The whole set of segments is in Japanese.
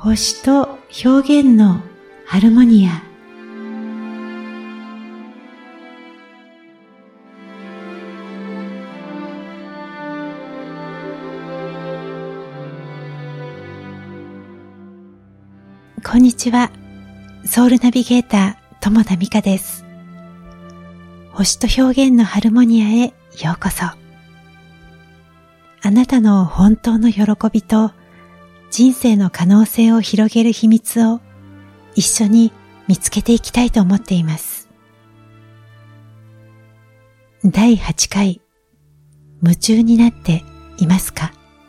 星と表現のハルモニア。こんにちは。ソウルナビゲーター友田美香です。星と表現のハルモニアへようこそ。あなたの本当の喜びと人生の可能性を広げる秘密を一緒に見つけていきたいと思っています。第8回、夢中になっていますか？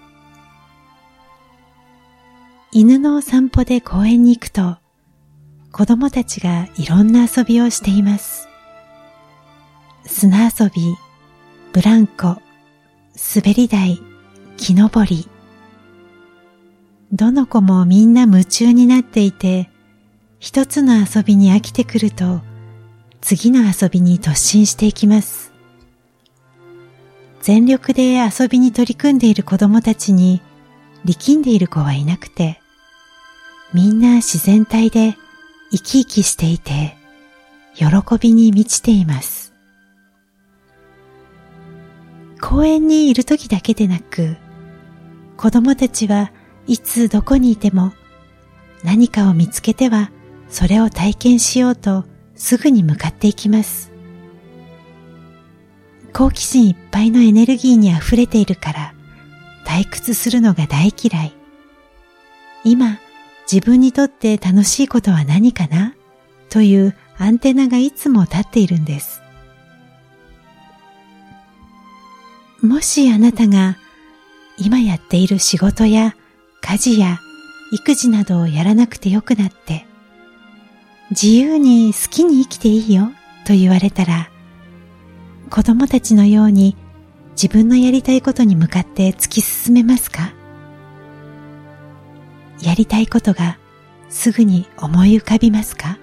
犬のお散歩で公園に行くと、子供たちがいろんな遊びをしています。砂遊び、ブランコ、滑り台、木登り。どの子もみんな夢中になっていて、一つの遊びに飽きてくると、次の遊びに突進していきます。全力で遊びに取り組んでいる子供たちに力んでいる子はいなくて、みんな自然体で生き生きしていて、喜びに満ちています。公園にいる時だけでなく、子供たちはいつどこにいても何かを見つけてはそれを体験しようとすぐに向かっていきます。好奇心いっぱいのエネルギーにあふれているから退屈するのが大嫌い。今自分にとって楽しいことは何かなというアンテナがいつも立っているんです。もしあなたが今やっている仕事や家事や育児などをやらなくてよくなって、自由に好きに生きていいよと言われたら、子供たちのように自分のやりたいことに向かって突き進めますか？やりたいことがすぐに思い浮かびますか？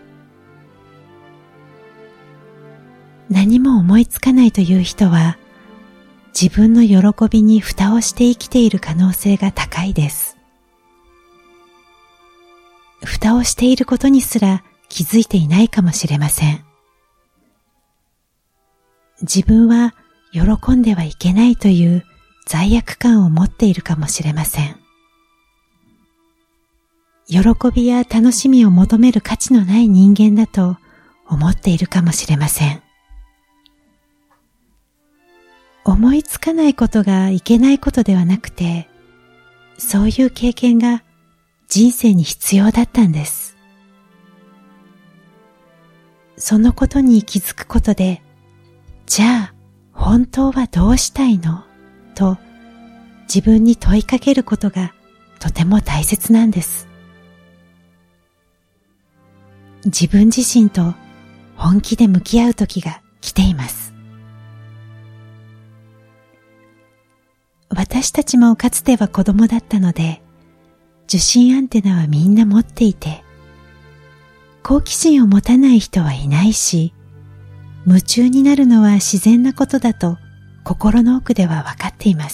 何も思いつかないという人は、自分の喜びに蓋をして生きている可能性が高いです。蓋をしていることにすら気づいていないかもしれません。自分は喜んではいけないという罪悪感を持っているかもしれません。喜びや楽しみを求める価値のない人間だと思っているかもしれません。思いつかないことがいけないことではなくて、そういう経験が人生に必要だったんです。そのことに気づくことで、じゃあ本当はどうしたいの？と自分に問いかけることがとても大切なんです。自分自身と本気で向き合う時が来ています。私たちもかつては子供だったので、受信アンテナはみんな持っていて、好奇心を持たない人はいないし、夢中になるのは自然なことだと心の奥では分かっています。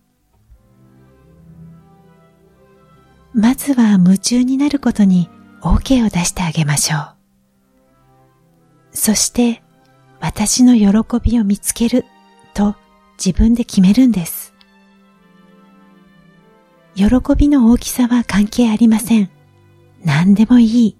まずは夢中になることに OK を出してあげましょう。そして私の喜びを見つけると自分で決めるんです。喜びの大きさは関係ありません。何でもいい。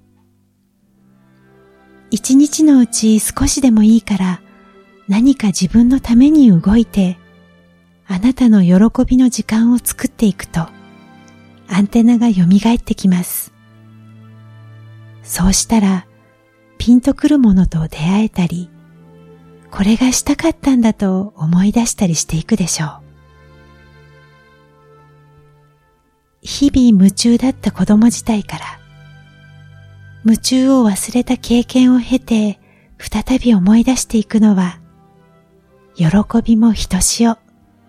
一日のうち少しでもいいから何か自分のために動いて、あなたの喜びの時間を作っていくとアンテナが蘇ってきます。そうしたらピンとくるものと出会えたり、これがしたかったんだと思い出したりしていくでしょう。日々夢中だった子供時代から、夢中を忘れた経験を経て再び思い出していくのは、喜びもひとしお。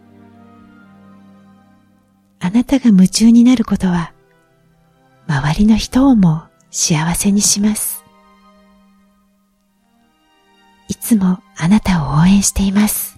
あなたが夢中になることは、周りの人をも幸せにします。いつもあなたを応援しています。